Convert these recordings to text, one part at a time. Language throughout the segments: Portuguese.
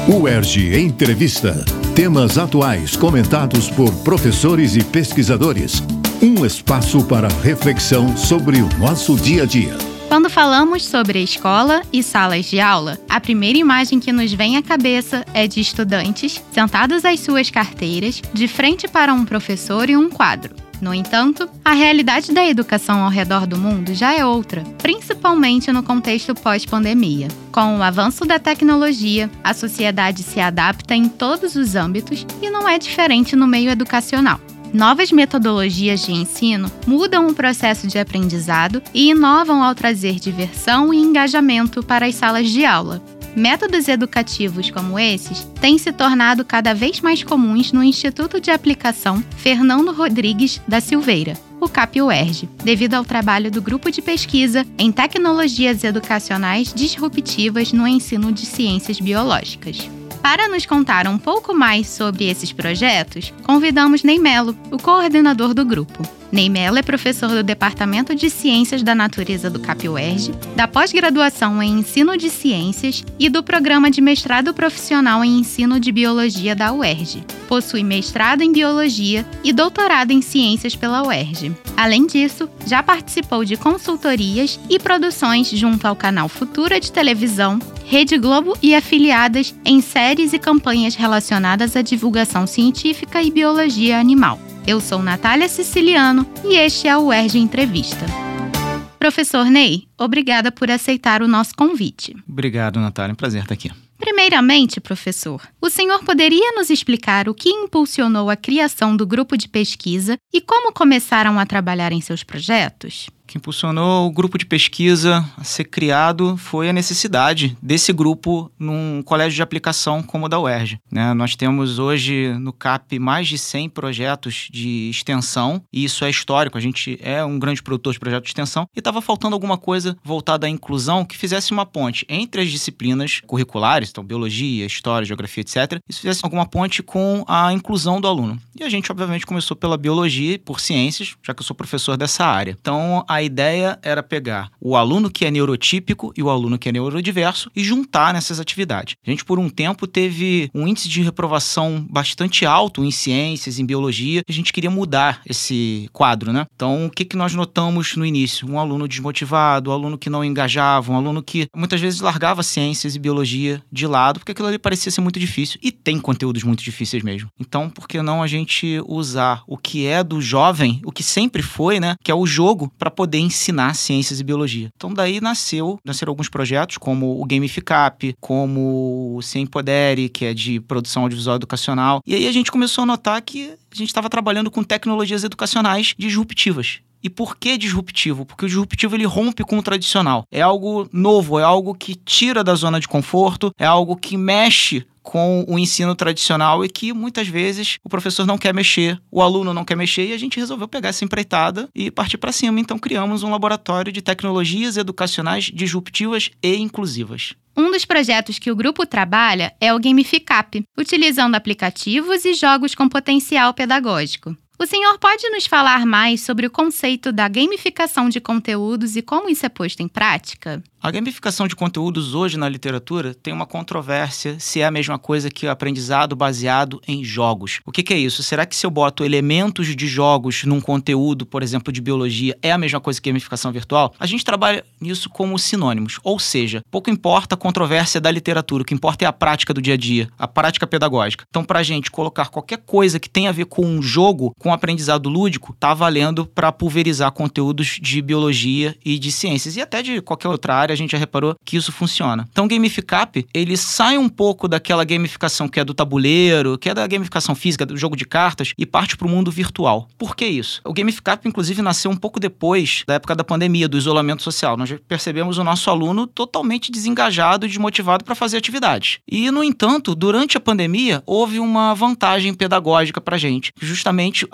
UERJ Entrevista. Temas atuais comentados por professores e pesquisadores. Um espaço para reflexão sobre o nosso dia a dia. Quando falamos sobre a escola e salas de aula, a primeira imagem que nos vem à cabeça é de estudantes sentados às suas carteiras, de frente para um professor e um quadro. No entanto, a realidade da educação ao redor do mundo já é outra, principalmente no contexto pós-pandemia. Com o avanço da tecnologia, a sociedade se adapta em todos os âmbitos e não é diferente no meio educacional. Novas metodologias de ensino mudam o processo de aprendizado e inovam ao trazer diversão e engajamento para as salas de aula. Métodos educativos como esses têm se tornado cada vez mais comuns no Instituto de Aplicação Fernando Rodrigues da Silveira, o CAP-UERJ, devido ao trabalho do Grupo de Pesquisa em Tecnologias Educacionais Disruptivas no Ensino de Ciências Biológicas. Para nos contar um pouco mais sobre esses projetos, convidamos Ney Mello, o coordenador do grupo. Ney Mello é professor do Departamento de Ciências da Natureza do CAP-UERJ, da pós-graduação em Ensino de Ciências e do Programa de Mestrado Profissional em Ensino de Biologia da UERJ. Possui mestrado em Biologia e doutorado em Ciências pela UERJ. Além disso, já participou de consultorias e produções junto ao canal Futura de televisão, Rede Globo e afiliadas em séries e campanhas relacionadas à divulgação científica e biologia animal. Eu sou Natália Siciliano e este é o UERJ Entrevista. Professor Ney, obrigada por aceitar o nosso convite. Obrigado, Natália. É um prazer estar aqui. Primeiramente, professor, o senhor poderia nos explicar o que impulsionou a criação do grupo de pesquisa e como começaram a trabalhar em seus projetos? O que impulsionou o grupo de pesquisa a ser criado foi a necessidade desse grupo num colégio de aplicação como o da UERJ. Nós temos hoje no CAP mais de 100 projetos de extensão, e isso é histórico, a gente é um grande produtor de projetos de extensão, e estava faltando alguma coisa voltada à inclusão que fizesse uma ponte entre as disciplinas curriculares, então biologia, história, geografia, etc., e fizesse alguma ponte com a inclusão do aluno. E a gente, obviamente, começou pela biologia e por ciências, já que eu sou professor dessa área. Então, a ideia era pegar o aluno que é neurotípico e o aluno que é neurodiverso e juntar nessas atividades. A gente, por um tempo, teve um índice de reprovação bastante alto em ciências, em biologia, e a gente queria mudar esse quadro, né? Então, o que nós notamos no início? Um aluno desmotivado, um aluno que não engajava, um aluno que muitas vezes largava ciências e biologia de lado, porque aquilo ali parecia ser muito difícil. E tem conteúdos muito difíceis mesmo. Então, por que não a gente usar o que é do jovem, o que sempre foi, né? Que é o jogo, para poder ensinar ciências e biologia. Então, daí nasceram alguns projetos, como o Gamificap, como o Se Empodere, que é de produção audiovisual educacional. E aí a gente começou a notar que a gente estava trabalhando com tecnologias educacionais disruptivas. E por que disruptivo? Porque o disruptivo ele rompe com o tradicional. É algo novo, é algo que tira da zona de conforto, é algo que mexe com o ensino tradicional e que muitas vezes o professor não quer mexer, o aluno não quer mexer, e a gente resolveu pegar essa empreitada e partir para cima. Então criamos um laboratório de tecnologias educacionais disruptivas e inclusivas. Um dos projetos que o grupo trabalha é o Gamificap, utilizando aplicativos e jogos com potencial pedagógico. O senhor pode nos falar mais sobre o conceito da gamificação de conteúdos e como isso é posto em prática? A gamificação de conteúdos hoje na literatura tem uma controvérsia se é a mesma coisa que o aprendizado baseado em jogos. O que é isso? Será que se eu boto elementos de jogos num conteúdo, por exemplo, de biologia, é a mesma coisa que gamificação virtual? A gente trabalha nisso como sinônimos, ou seja, pouco importa a controvérsia da literatura, o que importa é a prática do dia a dia, a prática pedagógica. Então, pra gente colocar qualquer coisa que tenha a ver com um jogo, com aprendizado lúdico, tá valendo para pulverizar conteúdos de biologia e de ciências, e até de qualquer outra área, a gente já reparou que isso funciona. Então, o Gamificap, ele sai um pouco daquela gamificação que é do tabuleiro, que é da gamificação física, do jogo de cartas, e parte para o mundo virtual. Por que isso? O Gamificap, inclusive, nasceu um pouco depois da época da pandemia, do isolamento social. Nós percebemos o nosso aluno totalmente desengajado e desmotivado para fazer atividades. E, no entanto, durante a pandemia, houve uma vantagem pedagógica para a gente. Justamente,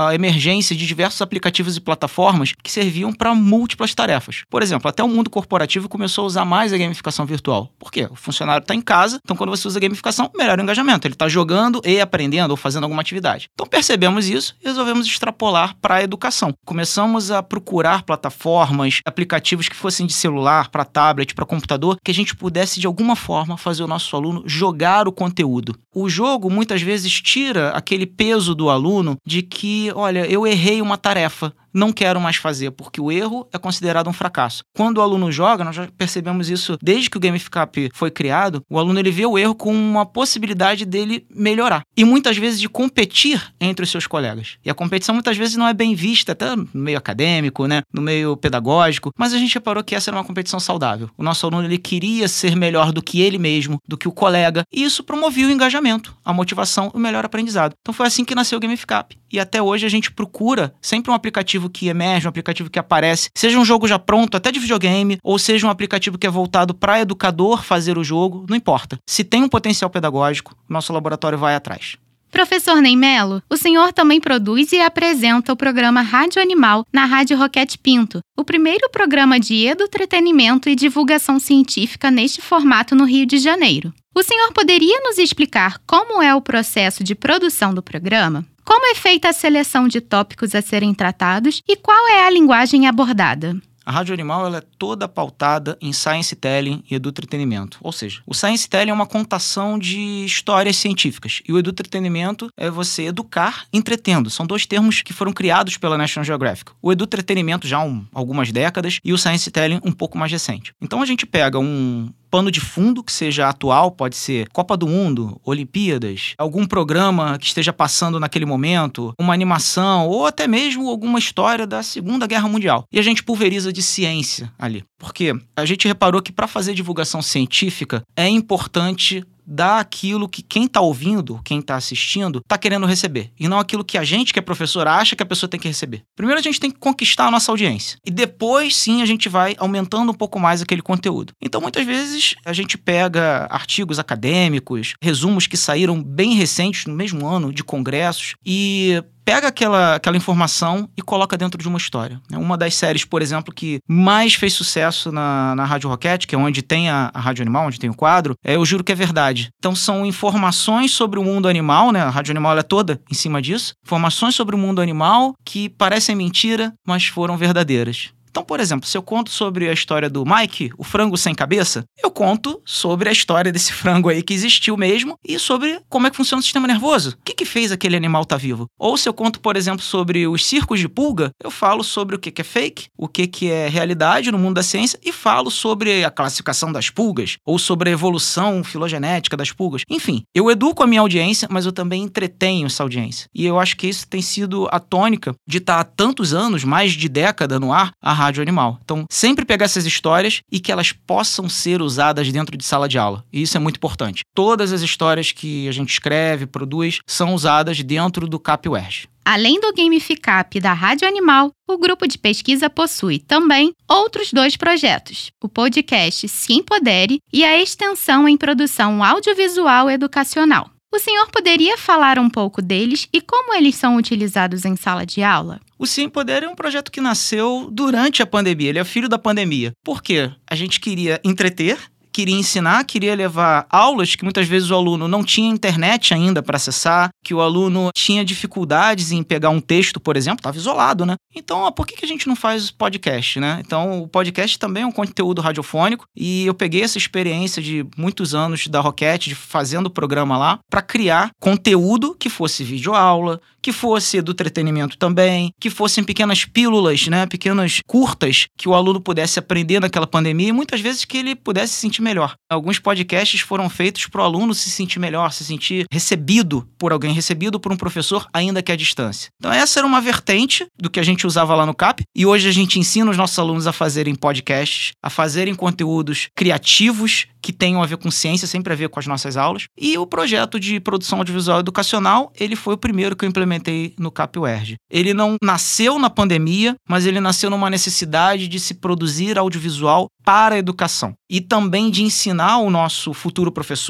a emergência de diversos aplicativos e plataformas que serviam para múltiplas tarefas. Por exemplo, até o mundo corporativo começou a usar mais a gamificação virtual. Por quê? O funcionário está em casa, então quando você usa a gamificação, melhora o engajamento. Ele está jogando e aprendendo ou fazendo alguma atividade. Então percebemos isso e resolvemos extrapolar para a educação. Começamos a procurar plataformas, aplicativos que fossem de celular, para tablet, para computador, que a gente pudesse de alguma forma fazer o nosso aluno jogar o conteúdo. O jogo muitas vezes tira aquele peso do aluno de que, olha, eu errei uma tarefa, não quero mais fazer, porque o erro é considerado um fracasso. Quando o aluno joga, nós já percebemos isso desde que o GamiFicap foi criado, o aluno ele vê o erro como uma possibilidade dele melhorar. E muitas vezes de competir entre os seus colegas. E a competição muitas vezes não é bem vista, até no meio acadêmico, né? No meio pedagógico, mas a gente reparou que essa era uma competição saudável. O nosso aluno ele queria ser melhor do que ele mesmo, do que o colega, e isso promovia o engajamento, a motivação e o melhor aprendizado. Então foi assim que nasceu o GamiFicap. E até hoje a gente procura sempre um aplicativo que emerge, um aplicativo que aparece, seja um jogo já pronto, até de videogame, ou seja um aplicativo que é voltado para educador fazer o jogo, não importa. Se tem um potencial pedagógico, nosso laboratório vai atrás. Professor Ney Melo, o senhor também produz e apresenta o programa Rádio Animal na Rádio Roquete Pinto, o primeiro programa de edutretenimento e divulgação científica neste formato no Rio de Janeiro. O senhor poderia nos explicar como é o processo de produção do programa? Como é feita a seleção de tópicos a serem tratados e qual é a linguagem abordada? A Rádio Animal ela é toda pautada em Science Telling e edutretenimento. Ou seja, o Science Telling é uma contação de histórias científicas e o edutretenimento é você educar entretendo. São dois termos que foram criados pela National Geographic. O edutretenimento já há algumas décadas e o Science Telling um pouco mais recente. Então a gente pega um pano de fundo que seja atual, pode ser Copa do Mundo, Olimpíadas, algum programa que esteja passando naquele momento, uma animação ou até mesmo alguma história da Segunda Guerra Mundial. E a gente pulveriza de ciência ali. Porque a gente reparou que para fazer divulgação científica é importante dar aquilo que quem está ouvindo, quem está assistindo, está querendo receber. E não aquilo que a gente, que é professor, acha que a pessoa tem que receber. Primeiro a gente tem que conquistar a nossa audiência. E depois, sim, a gente vai aumentando um pouco mais aquele conteúdo. Então, muitas vezes, a gente pega artigos acadêmicos, resumos que saíram bem recentes, no mesmo ano, de congressos, e pega aquela informação e coloca dentro de uma história. Uma das séries, por exemplo, que mais fez sucesso na Rádio Roquete, que é onde tem a Rádio Animal, onde tem o quadro, é Eu Juro que é Verdade. Então são informações sobre o mundo animal, né? A Rádio Animal ela é toda em cima disso. Informações sobre o mundo animal que parecem mentira, mas foram verdadeiras. Então, por exemplo, se eu conto sobre a história do Mike, o frango sem cabeça, eu conto sobre a história desse frango aí que existiu mesmo e sobre como é que funciona o sistema nervoso. O que fez aquele animal estar vivo? Ou se eu conto, por exemplo, sobre os circos de pulga, eu falo sobre o que é fake, o que é realidade no mundo da ciência e falo sobre a classificação das pulgas ou sobre a evolução filogenética das pulgas. Enfim, eu educo a minha audiência, mas eu também entretenho essa audiência. E eu acho que isso tem sido a tônica de estar há tantos anos, mais de década no ar, a Rádio Animal. Então, sempre pegar essas histórias e que elas possam ser usadas dentro de sala de aula. E isso é muito importante. Todas as histórias que a gente escreve, produz, são usadas dentro do CAP UERJ. Além do GamiFicap da Rádio Animal, o grupo de pesquisa possui também outros 2 projetos, o podcast Se Empodere e a extensão em produção audiovisual educacional. O senhor poderia falar um pouco deles e como eles são utilizados em sala de aula? O Se Empodere é um projeto que nasceu durante a pandemia, ele é filho da pandemia. Por quê? A gente queria entreter, queria ensinar, queria levar aulas que muitas vezes o aluno não tinha internet ainda para acessar, que o aluno tinha dificuldades em pegar um texto, por exemplo, estava isolado, né? Então, por que a gente não faz podcast, né? Então, o podcast também é um conteúdo radiofônico e eu peguei essa experiência de muitos anos da Roquete, de fazendo o programa lá, para criar conteúdo que fosse videoaula, que fosse do entretenimento também, que fossem pequenas pílulas, né? Pequenas curtas que o aluno pudesse aprender naquela pandemia e muitas vezes que ele pudesse se sentir melhor. Alguns podcasts foram feitos para o aluno se sentir melhor, se sentir recebido por alguém, recebido por um professor, ainda que à distância. Então essa era uma vertente do que a gente usava lá no CAP e hoje a gente ensina os nossos alunos a fazerem podcasts, a fazerem conteúdos criativos que tenham a ver com ciência, sempre a ver com as nossas aulas. E o projeto de produção audiovisual educacional, ele foi o primeiro que eu implementei no CAP UERJ. Ele não nasceu na pandemia, mas ele nasceu numa necessidade de se produzir audiovisual para a educação. E também de ensinar o nosso futuro professor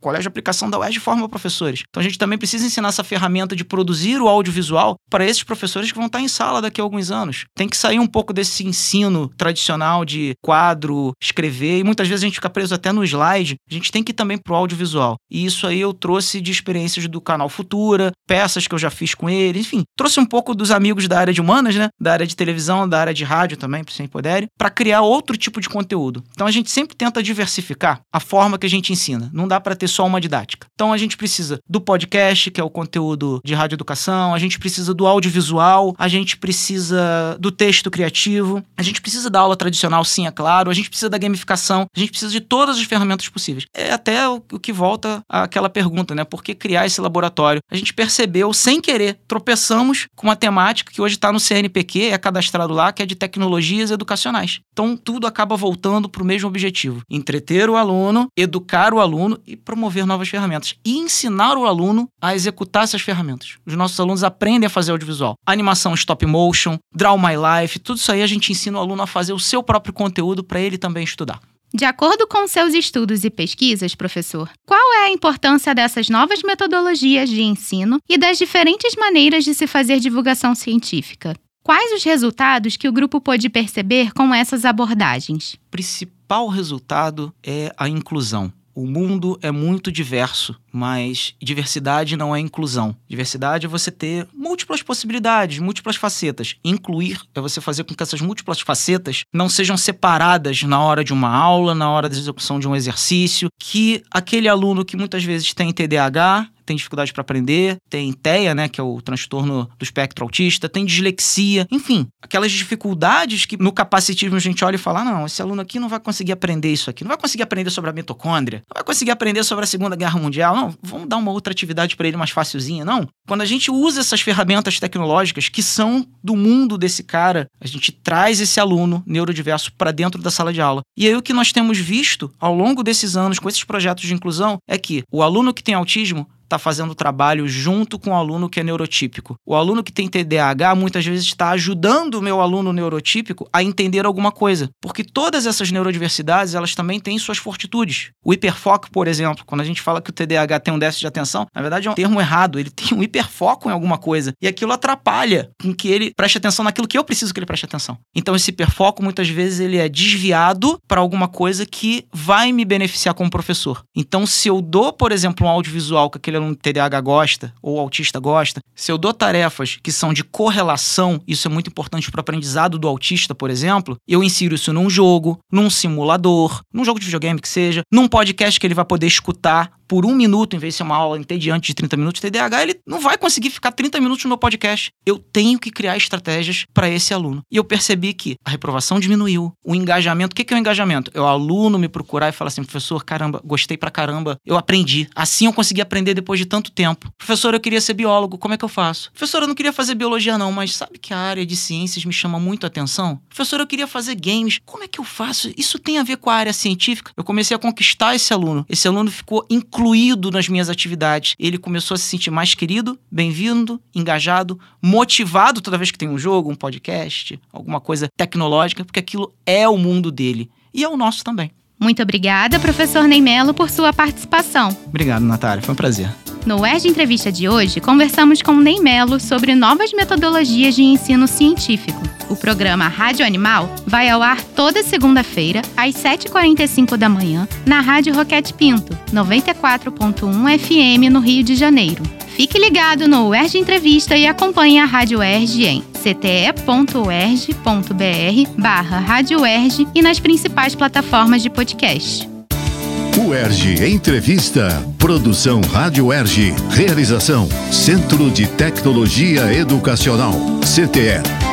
Colégio de Aplicação da UERJ forma professores. Então a gente também precisa ensinar essa ferramenta de produzir o audiovisual para esses professores que vão estar em sala daqui a alguns anos. Tem que sair um pouco desse ensino tradicional de quadro, escrever, e muitas vezes a gente fica preso até no slide. A gente tem que ir também pro audiovisual. E isso aí eu trouxe de experiências do canal Futura, peças que eu já fiz com ele, enfim. Trouxe um pouco dos amigos da área de humanas, né? Da área de televisão, da área de rádio também, para Sem Poder, para criar outro tipo de conteúdo. Então a gente sempre tenta diversificar a forma que a gente ensina. Não dá para ter só uma didática. Então a gente precisa do podcast, que é o conteúdo de radioeducação, a gente precisa do audiovisual, a gente precisa do texto criativo, a gente precisa da aula tradicional, sim, é claro, a gente precisa da gamificação, a gente precisa de todas as ferramentas possíveis. É até o que volta àquela pergunta, né? Por que criar esse laboratório? A gente percebeu, sem querer, tropeçamos com uma temática que hoje está no CNPq, é cadastrado lá, que é de tecnologias educacionais. Então, tudo acaba voltando para o mesmo objetivo. Entreter o aluno, educar o aluno e promover novas ferramentas. E ensinar o aluno a executar essas ferramentas. Os nossos alunos aprendem a fazer audiovisual. Animação stop motion, Draw My Life, tudo isso aí a gente ensina o aluno a fazer o seu próprio conteúdo para ele também estudar. De acordo com seus estudos e pesquisas, professor, qual é a importância dessas novas metodologias de ensino e das diferentes maneiras de se fazer divulgação científica? Quais os resultados que o grupo pôde perceber com essas abordagens? O principal resultado é a inclusão. O mundo é muito diverso, mas diversidade não é inclusão. Diversidade é você ter múltiplas possibilidades, múltiplas facetas. Incluir é você fazer com que essas múltiplas facetas não sejam separadas na hora de uma aula, na hora da execução de um exercício, que aquele aluno que muitas vezes tem TDAH, tem dificuldade para aprender, tem TEA, né, que é o transtorno do espectro autista, tem dislexia, enfim, aquelas dificuldades que no capacitismo a gente olha e fala, não, esse aluno aqui não vai conseguir aprender isso aqui, não vai conseguir aprender sobre a mitocôndria, não vai conseguir aprender sobre a Segunda Guerra Mundial, não, vamos dar uma outra atividade para ele mais facilzinha, não. Quando a gente usa essas ferramentas tecnológicas que são do mundo desse cara, a gente traz esse aluno neurodiverso para dentro da sala de aula. E aí o que nós temos visto ao longo desses anos com esses projetos de inclusão é que o aluno que tem autismo está fazendo o trabalho junto com o aluno que é neurotípico. O aluno que tem TDAH muitas vezes está ajudando o meu aluno neurotípico a entender alguma coisa, porque todas essas neurodiversidades, elas também têm suas fortitudes. O hiperfoco, por exemplo, quando a gente fala que o TDAH tem um déficit de atenção, na verdade é um termo errado, ele tem um hiperfoco em alguma coisa, e aquilo atrapalha com que ele preste atenção naquilo que eu preciso que ele preste atenção. Então esse hiperfoco, muitas vezes, ele é desviado para alguma coisa que vai me beneficiar como professor. Então, se eu dou, por exemplo, um audiovisual que aquele aluno TDAH gosta, ou autista gosta, se eu dou tarefas que são de correlação, isso é muito importante para o aprendizado do autista, por exemplo, eu insiro isso num jogo, num simulador, num jogo de videogame que seja, num podcast que ele vai poder escutar por 1 minuto, em vez de ser uma aula entediante de 30 minutos, TDAH, ele não vai conseguir ficar 30 minutos no meu podcast. Eu tenho que criar estratégias para esse aluno. E eu percebi que a reprovação diminuiu, o engajamento. O que é o engajamento? É o aluno me procurar e falar assim, professor, caramba, gostei pra caramba, eu aprendi. Assim eu consegui aprender depois de tanto tempo. Professor, eu queria ser biólogo, como é que eu faço? Professor, eu não queria fazer biologia não, mas sabe que a área de ciências me chama muito a atenção? Professor, eu queria fazer games, como é que eu faço? Isso tem a ver com a área científica? Eu comecei a conquistar esse aluno. Esse aluno ficou incluído nas minhas atividades. Ele começou a se sentir mais querido, bem-vindo, engajado, motivado toda vez que tem um jogo, um podcast, alguma coisa tecnológica, porque aquilo é o mundo dele. E é o nosso também. Muito obrigada, professor Ney Mello, por sua participação. Obrigado, Natália. Foi um prazer. No UERJ Entrevista de hoje, conversamos com Ney Mello sobre novas metodologias de ensino científico. O programa Rádio Animal vai ao ar toda segunda-feira, às 7h45 da manhã, na Rádio Roquete Pinto, 94.1 FM, no Rio de Janeiro. Fique ligado no UERJ Entrevista e acompanhe a Rádio UERJ em cte.uerj.br/Rádio UERJ e nas principais plataformas de podcast. UERJ Entrevista. Produção Rádio UERJ. Realização Centro de Tecnologia Educacional, CTE.